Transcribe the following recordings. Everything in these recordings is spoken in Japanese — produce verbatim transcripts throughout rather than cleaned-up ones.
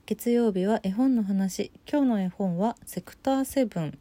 月曜日は絵本の話。今日の絵本はセクターセブン。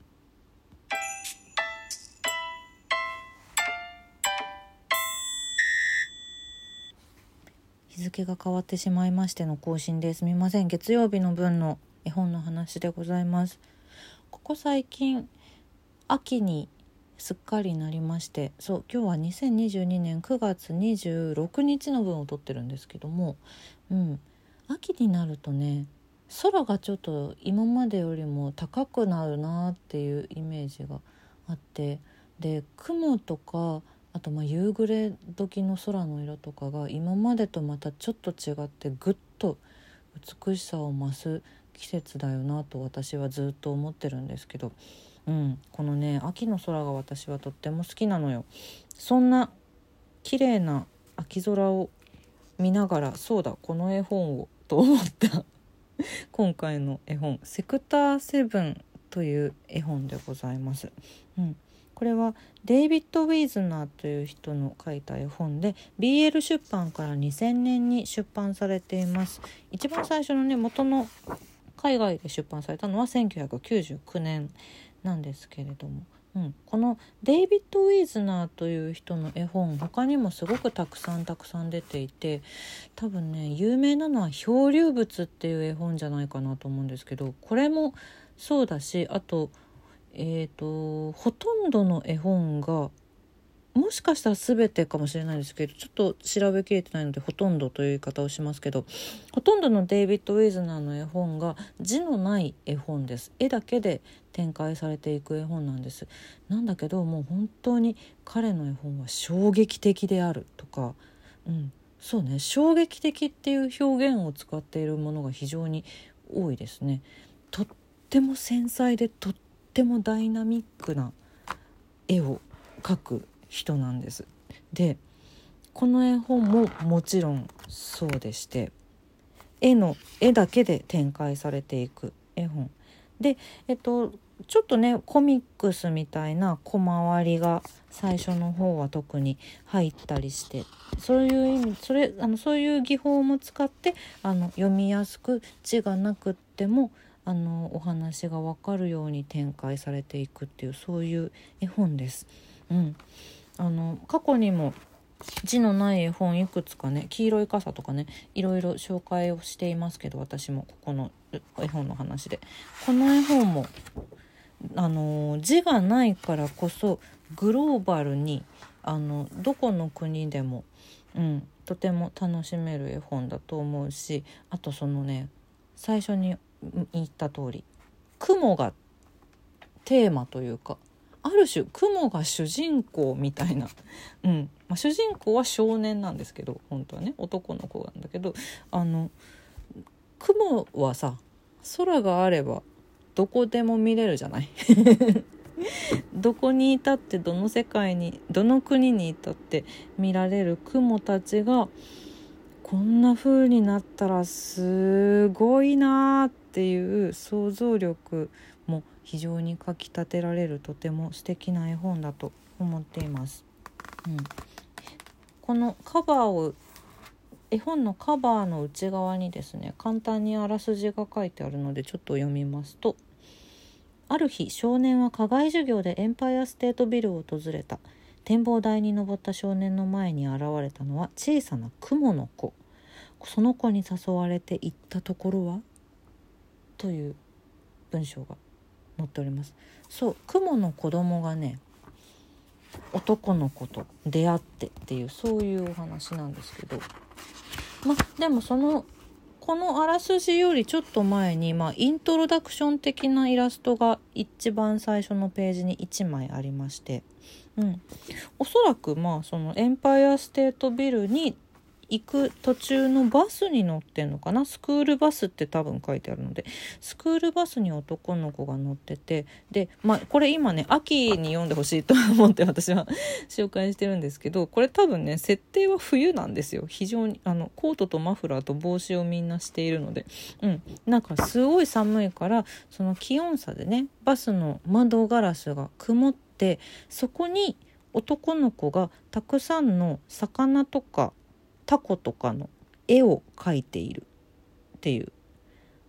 日付が変わってしまいましての更新です。すみません。月曜日の分の絵本の話でございます。ここ最近秋にすっかりなりまして、そう今日はにせんにじゅうにねんくがつにじゅうろくにちの分を撮ってるんですけども、うん秋になるとね、空がちょっと今までよりも高くなるなっていうイメージがあって、で雲とかあとまあ夕暮れ時の空の色とかが今までとまたちょっと違ってぐっと美しさを増す季節だよなと私はずっと思ってるんですけど、うん、このね秋の空が私はとっても好きなのよ。そんな綺麗な秋空を見ながら、そうだこの絵本をと思った今回の絵本セクターセブンという絵本でございます、うん、これはデイビッド・ウィーズナーという人の書いた絵本で ビーエル 出版からにせんねんに出版されています。一番最初のね元の海外で出版されたのはせんきゅうひゃくきゅうじゅうきゅうねんなんですけれども、うん、このデイビッド・ウィーズナーという人の絵本他にもすごくたくさんたくさん出ていて、多分ね有名なのは漂流物っていう絵本じゃないかなと思うんですけど、これもそうだし、あとえーとほとんどの絵本がもしかしたら全てかもしれないですけど、ちょっと調べきれてないのでほとんどという言い方をしますけど、ほとんどのデイビッド・ウィズナーの絵本が字のない絵本です。絵だけで展開されていく絵本なんです。なんだけどもう本当に彼の絵本は衝撃的であるとか、うんそうね衝撃的っていう表現を使っているものが非常に多いですね。とっても繊細でとってもダイナミックな絵を描く人なんです。でこの絵本ももちろんそうでして、絵の絵だけで展開されていく絵本で、えっとちょっとねコミックスみたいな小回りが最初の方は特に入ったりして、そういう意味それあのそういう技法も使ってあの読みやすく字がなくってもあのお話が分かるように展開されていくっていう、そういう絵本です。うん、あの過去にも字のない絵本いくつかね、黄色い傘とかねいろいろ紹介をしていますけど、私もここの絵本の話でこの絵本もあの字がないからこそグローバルにあのどこの国でも、うん、とても楽しめる絵本だと思うし、あとそのね最初に言った通り雲がテーマというか、ある種雲が主人公みたいな、うんまあ、主人公は少年なんですけど本当はね男の子なんだけど、あの雲はさ空があればどこでも見れるじゃないどこにいたってどの世界にどの国にいたって見られる雲たちがこんな風になったらすごいなっていう想像力も非常にかきたてられるとても素敵な絵本だと思っています、うん、このカバーを絵本のカバーの内側にですね簡単にあらすじが書いてあるのでちょっと読みますと、ある日少年は課外授業でエンパイアステートビルを訪れた。展望台に登った少年の前に現れたのは小さな雲の子。その子に誘われて行ったところはという文章が載っております。そう雲の子供がね男の子と出会ってっていうそういうお話なんですけど、までもそのこのあらすじよりちょっと前に、まあ、イントロダクション的なイラストが一番最初のページにいちまいありまして、うん、おそらくまあそのエンパイアステートビルに行く途中のバスに乗ってんのかな、スクールバスって多分書いてあるのでスクールバスに男の子が乗ってて、でまあこれ今ね秋に読んでほしいと思って私は紹介してるんですけど、これ多分ね設定は冬なんですよ。非常にあのコートとマフラーと帽子をみんなしているので、うんなんかすごい寒いからその気温差でねバスの窓ガラスが曇って、そこに男の子がたくさんの魚とかタコとかの絵を描いているっていう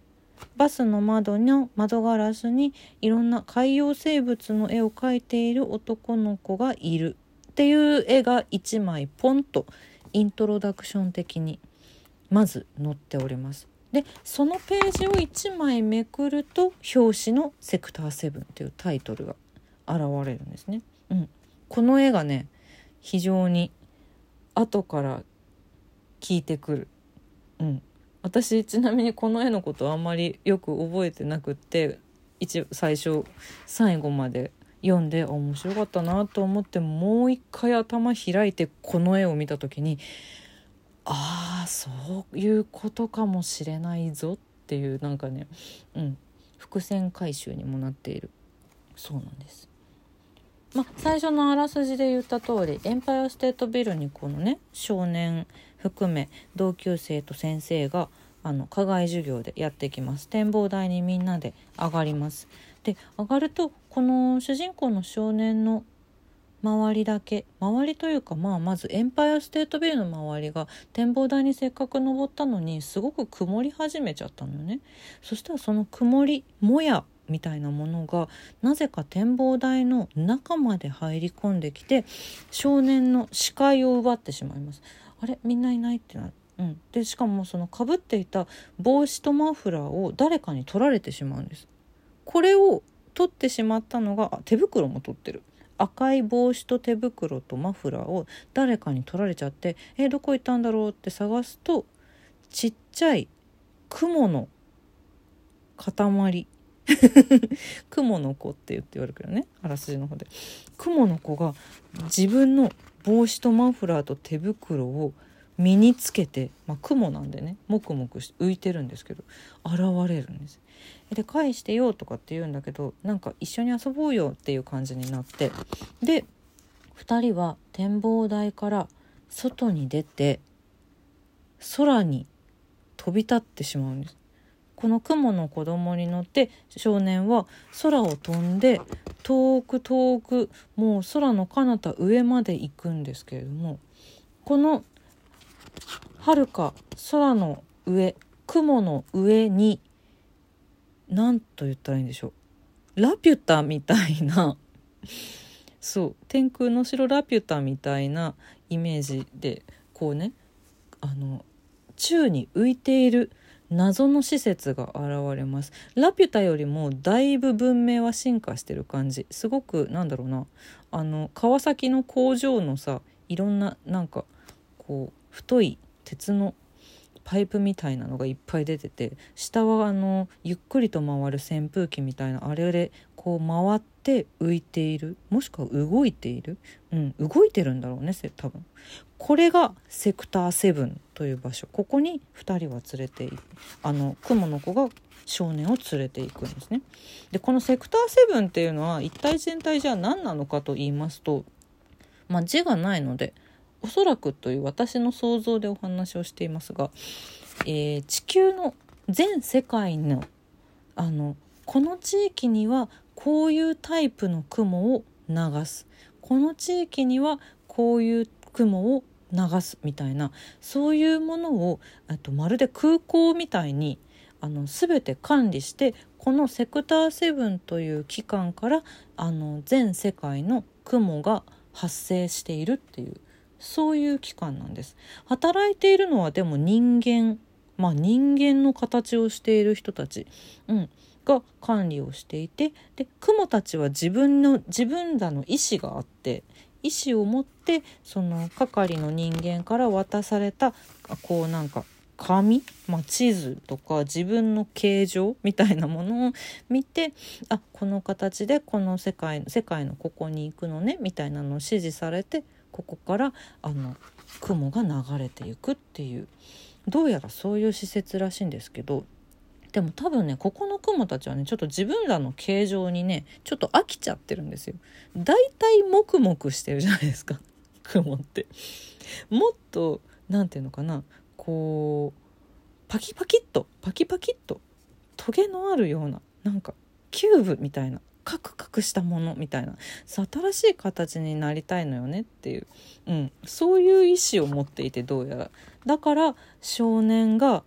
バスの窓の窓ガラスにいろんな海洋生物の絵を描いている男の子がいるっていう絵がいちまいポンとイントロダクション的にまず載っております。でそのページをいちまいめくると表紙のセクターセブンというタイトルが現れるんですね、うん、この絵がね非常に後から効いてくる、うん、私ちなみにこの絵のことあんまりよく覚えてなくって一最初最後まで読んで面白かったなと思ってもう一回頭開いてこの絵を見た時にああそういうことかもしれないぞっていうなんかね、うん、伏線回収にもなっているそうなんです。まあ、最初のあらすじで言った通りエンパイアステートビルにこのね少年含め同級生と先生があの課外授業でやってきます。展望台にみんなで上がります。で上がるとこの主人公の少年の周りだけ周りというか、まあ、まずエンパイアステートビルの周りが展望台にせっかく登ったのにすごく曇り始めちゃったのよね。そしたらその曇りもやみたいなものがなぜか展望台の中まで入り込んできて少年の視界を奪ってしまいます。あれみんないないってなる、うん、でしかもその被っていた帽子とマフラーを誰かに取られてしまうんです。これを取ってしまったのが手袋も取ってる赤い帽子と手袋とマフラーを誰かに取られちゃってえどこ行ったんだろうって探すとちっちゃい雲の塊雲の子って言って言われるけどねあらすじの方で雲の子が自分の帽子とマフラーと手袋を身につけて、まあ、雲なんでねもくもくして浮いてるんですけど現れるんです。で返してよとかって言うんだけどなんか一緒に遊ぼうよっていう感じになってでふたりは展望台から外に出て空に飛び立ってしまうんです。この雲の子供に乗って少年は空を飛んで遠く遠くもう空の彼方上まで行くんですけれどもこの遥か空の上雲の上に何と言ったらいいんでしょうラピュタみたいなそう天空の城ラピュタみたいなイメージでこうねあの宙に浮いている謎の施設が現れます。ラピュタよりもだいぶ文明は進化してる感じすごくなんだろうなあの川崎の工場のさいろんななんかこう太い鉄のパイプみたいなのがいっぱい出てて下はあのゆっくりと回る扇風機みたいなあれでこう回って浮いているもしくは動いている、うん、動いてるんだろうね多分これがセクターセブンという場所ここにふたりは連れていくあの雲の子が少年を連れていくんですね。でこのセクターセブンっていうのは一体全体じゃあ何なのかと言いますと、まあ、字がないのでおそらくという私の想像でお話をしていますが、えー、地球の全世界の、あのこの地域にはこういうタイプの雲を流すこの地域にはこういう雲を流すみたいなそういうものをあとまるで空港みたいにあの全て管理してこのセクターセブンという機関からあの全世界の雲が発生しているっていうそういう機関なんです。働いているのはでも人間、まあ人間の形をしている人たち、うん、が管理をしていて、で、雲たちは自分の自分らの意思があって、意思を持ってその係の人間から渡されたこうなんか紙、まあ、地図とか自分の形状みたいなものを見てあこの形でこの世界世界のここに行くのねみたいなのを指示されてここからあの雲が流れていくっていうどうやらそういう施設らしいんですけどでも多分ねここの雲たちはねちょっと自分らの形状にねちょっと飽きちゃってるんですよ。だいたいもくもくしてるじゃないですか雲ってもっとなんていうのかなこうパキパキっとパキパキっとトゲのあるようななんかキューブみたいなカクカクしたものみたいな新しい形になりたいのよねっていう、うん、そういう意思を持っていてどうやらだから少年が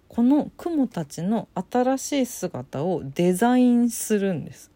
この雲たちの新しい姿をデザインするんです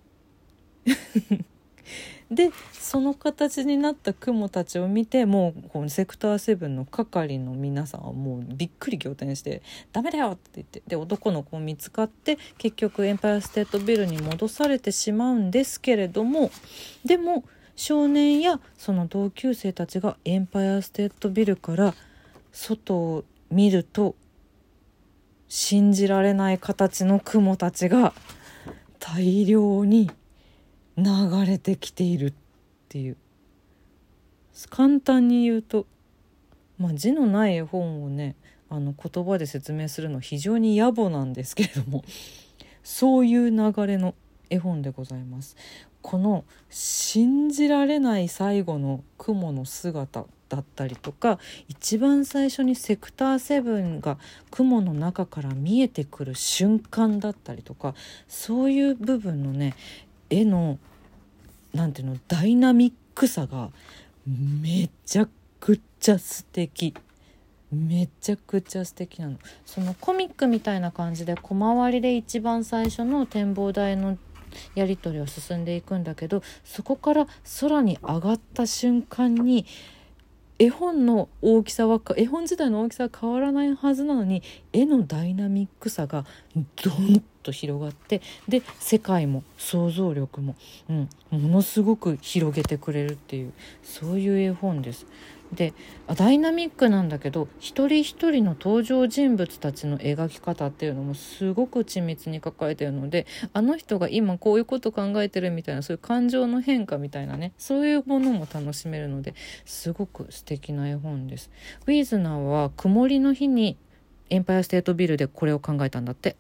でその形になった雲たちを見て、もうこのセクターセブンの係の皆さんはもうびっくり仰天して、ダメだよって言って、で男の子見つかって結局エンパイアステートビルに戻されてしまうんですけれども、でも少年やその同級生たちがエンパイアステートビルから外を見ると、信じられない形の雲たちが大量に流れてきているっていう、簡単に言うと、まあ、字のない絵本をね、あの言葉で説明するの非常に野暮なんですけれども、そういう流れの絵本でございます。この信じられない最後の雲の姿だったりとか、一番最初にセクターセブンが雲の中から見えてくる瞬間だったりとか、そういう部分のね、絵のなんていうの、ダイナミックさがめちゃくちゃ素敵、めちゃくちゃ素敵なの。そのコミックみたいな感じで小回りで一番最初の展望台のやり取りを進んでいくんだけど、そこから空に上がった瞬間に絵本の大きさは絵本自体の大きさは変わらないはずなのに、絵のダイナミックさがドンと広がって、で世界も想像力も、うん、ものすごく広げてくれるっていう、そういう絵本です。でダイナミックなんだけど、一人一人の登場人物たちの描き方っていうのもすごく緻密に描かれているので、あの人が今こういうこと考えてるみたいな、そういう感情の変化みたいなね、そういうものも楽しめるので、すごく素敵な絵本です。ウィズナーは曇りの日にエンパイアステートビルでこれを考えたんだって。